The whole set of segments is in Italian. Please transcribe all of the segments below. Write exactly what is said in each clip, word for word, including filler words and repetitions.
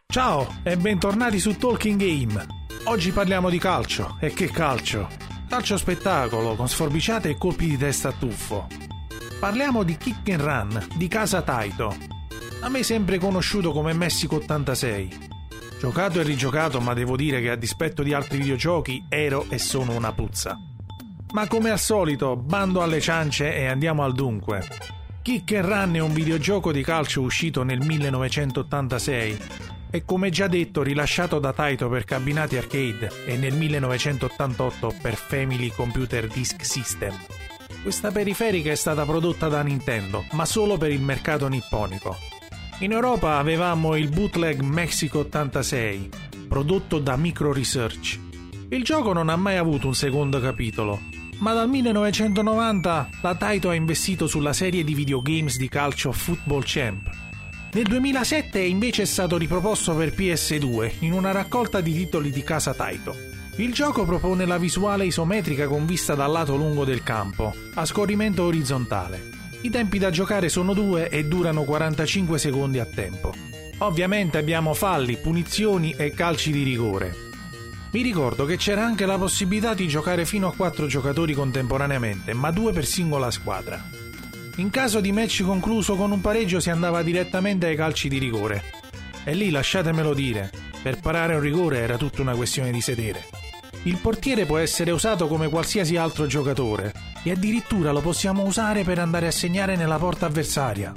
Ciao e bentornati su Talking Game. Oggi parliamo di calcio. E che calcio? Calcio spettacolo, con sforbiciate e colpi di testa a tuffo. Parliamo di Kick and Run, di casa Taito. A me sempre conosciuto come Messico ottantasei. Giocato e rigiocato, ma devo dire che a dispetto di altri videogiochi ero e sono una puzza. Ma come al solito, bando alle ciance e andiamo al dunque. Kick and Run è un videogioco di calcio uscito nel millenovecentottantasei e, come già detto, rilasciato da Taito per cabinati arcade e nel millenovecentottantotto per Family Computer Disk System. Questa periferica è stata prodotta da Nintendo, ma solo per il mercato nipponico. In Europa avevamo il bootleg Mexico ottantasei, prodotto da Micro Research. Il gioco non ha mai avuto un secondo capitolo, ma dal millenovecentonovanta la Taito ha investito sulla serie di videogames di calcio Football Champ. Nel duemilasette invece è stato riproposto per P S due in una raccolta di titoli di casa Taito. Il gioco propone la visuale isometrica con vista dal lato lungo del campo, a scorrimento orizzontale. I tempi da giocare sono due e durano quarantacinque secondi a tempo. Ovviamente abbiamo falli, punizioni e calci di rigore. Mi ricordo che c'era anche la possibilità di giocare fino a quattro giocatori contemporaneamente, ma due per singola squadra. In caso di match concluso con un pareggio si andava direttamente ai calci di rigore. E lì, lasciatemelo dire, per parare un rigore era tutta una questione di sedere. Il portiere può essere usato come qualsiasi altro giocatore e addirittura lo possiamo usare per andare a segnare nella porta avversaria.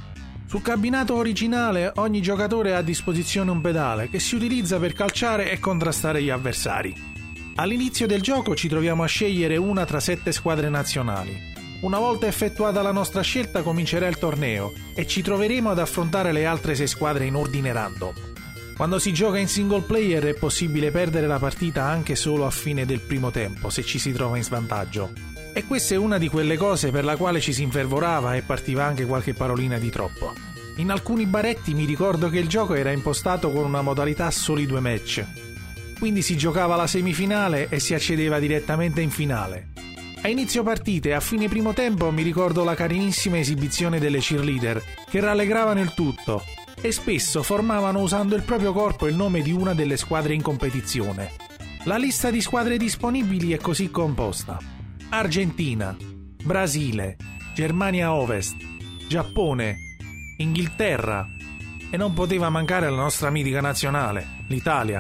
Sul cabinato originale ogni giocatore ha a disposizione un pedale che si utilizza per calciare e contrastare gli avversari. All'inizio del gioco ci troviamo a scegliere una tra sette squadre nazionali. Una volta effettuata la nostra scelta comincerà il torneo e ci troveremo ad affrontare le altre sei squadre in ordine random. Quando si gioca in single player è possibile perdere la partita anche solo a fine del primo tempo se ci si trova in svantaggio. E questa è una di quelle cose per la quale ci si infervorava e partiva anche qualche parolina di troppo. In alcuni baretti mi ricordo che il gioco era impostato con una modalità soli due match. Quindi si giocava la semifinale e si accedeva direttamente in finale. A inizio partita e a fine primo tempo mi ricordo la carinissima esibizione delle cheerleader che rallegravano il tutto e spesso formavano usando il proprio corpo il nome di una delle squadre in competizione. La lista di squadre disponibili è così composta: Argentina, Brasile, Germania Ovest, Giappone, Inghilterra e non poteva mancare la nostra mitica nazionale, l'Italia.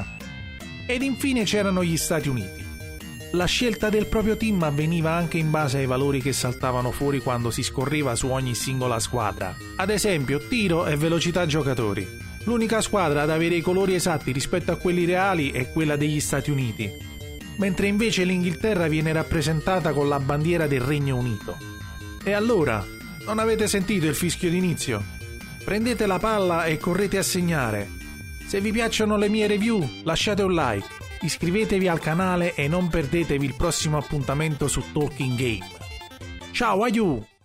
Ed infine c'erano gli Stati Uniti. La scelta del proprio team avveniva anche in base ai valori che saltavano fuori quando si scorreva su ogni singola squadra. Ad esempio, tiro e velocità giocatori. L'unica squadra ad avere i colori esatti rispetto a quelli reali è quella degli Stati Uniti, mentre invece l'Inghilterra viene rappresentata con la bandiera del Regno Unito. E allora, non avete sentito il fischio d'inizio? Prendete la palla e correte a segnare. Se vi piacciono le mie review, lasciate un like. Iscrivetevi al canale e non perdetevi il prossimo appuntamento su Talking Game. Ciao, aiù!